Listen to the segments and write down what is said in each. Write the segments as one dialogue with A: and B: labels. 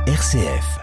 A: RCF.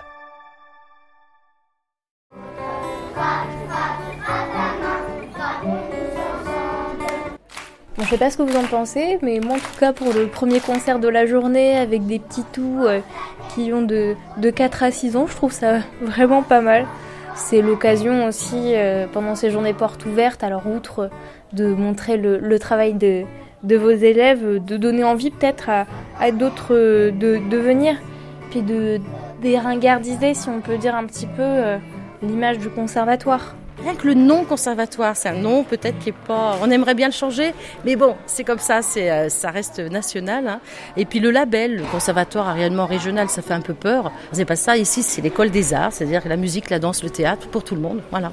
B: Je ne sais pas ce que vous en pensez, mais moi en tout cas pour le premier concert de la journée avec des petits tout qui ont de 4 à 6 ans, je trouve ça vraiment pas mal. C'est l'occasion aussi pendant ces journées portes ouvertes, alors outre de montrer le travail de vos élèves, de donner envie peut-être à d'autres de venir, puis de déringardiser, si on peut dire un petit peu, l'image du conservatoire.
C: Rien que le nom conservatoire, c'est un nom peut-être qui est pas... On aimerait bien le changer, mais bon, c'est comme ça, ça reste national. Hein. Et puis le label, le conservatoire réellement régional, ça fait un peu peur. C'est pas ça, ici c'est l'école des arts, c'est-à-dire la musique, la danse, le théâtre, pour tout le monde, voilà.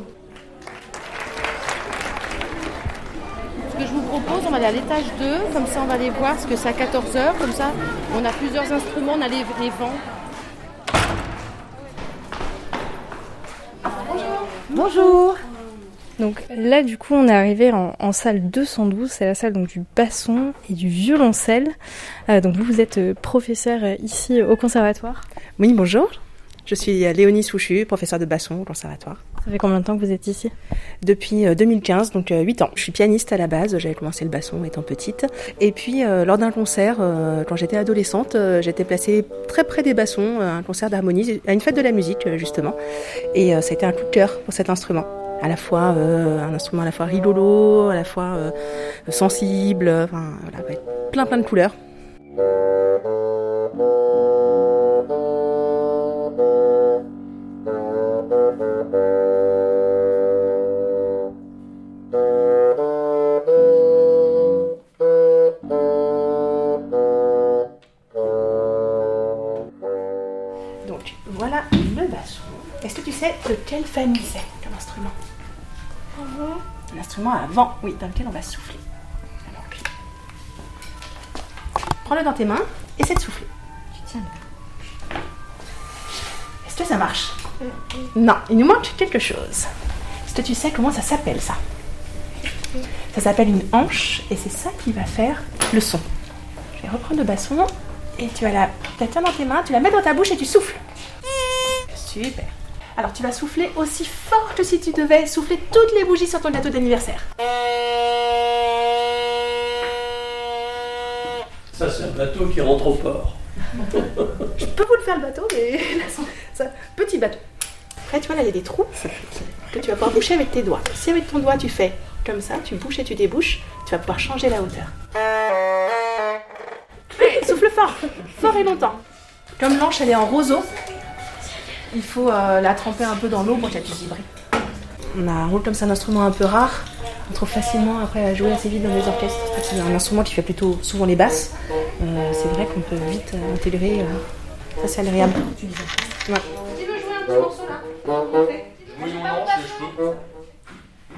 C: Ce que je vous propose, on va aller à l'étage 2, comme ça on va aller voir, parce que c'est à 14h, comme ça on a plusieurs instruments, on a les vents.
B: Bonjour. Donc là du coup on est arrivé en salle 212, c'est la salle donc, du basson et du violoncelle. Donc vous êtes professeur ici au conservatoire.
D: Oui, bonjour. Je suis Léonie Souchu, professeure de basson au conservatoire.
B: Ça fait combien de temps que vous êtes ici ?
D: Depuis 2015, donc 8 ans. Je suis pianiste à la base, j'avais commencé le basson étant petite. Et puis lors d'un concert, quand j'étais adolescente, j'étais placée très près des bassons, un concert d'harmonie, à une fête de la musique justement. Et ça a été un coup de cœur pour cet instrument. À la fois un instrument à la fois rigolo, à la fois sensible, enfin voilà, ouais, plein de couleurs. Donc voilà le basson. Est-ce que tu sais de quelle famille c'est comme instrument ? Un instrument à vent, oui, dans lequel on va souffler. Alors, prends-le dans tes mains, essaie de souffler. Est-ce que ça marche ? Non, il nous manque quelque chose. Est-ce que tu sais comment ça s'appelle ça ? Ça s'appelle une hanche et c'est ça qui va faire le son. Je vais reprendre le basson et tu vas la tiens dans tes mains, tu la mets dans ta bouche et tu souffles. Super. Alors tu vas souffler aussi fort que si tu devais souffler toutes les bougies sur ton gâteau d'anniversaire.
E: Ça, c'est un bateau qui rentre au port.
D: Je peux vous le faire le bateau, mais là, ça, petit bateau. Après, tu vois, là, il y a des trous que tu vas pouvoir boucher avec tes doigts. Si avec ton doigt, tu fais comme ça, tu bouches et tu débouches, tu vas pouvoir changer la hauteur. Souffle fort, fort et longtemps. Comme l'anche, elle est en roseau, il faut la tremper un peu dans l'eau pour qu'elle puisse vibrer. On a un rôle comme ça, un instrument un peu rare. On trouve facilement après à jouer assez vite dans les orchestres. C'est un instrument qui fait plutôt souvent les basses. C'est vrai qu'on peut vite intégrer. Ça, c'est agréable. Ouais.
C: Tu veux jouer un petit morceau là ?
E: Oui ou non, si je peux.
D: Prêt ?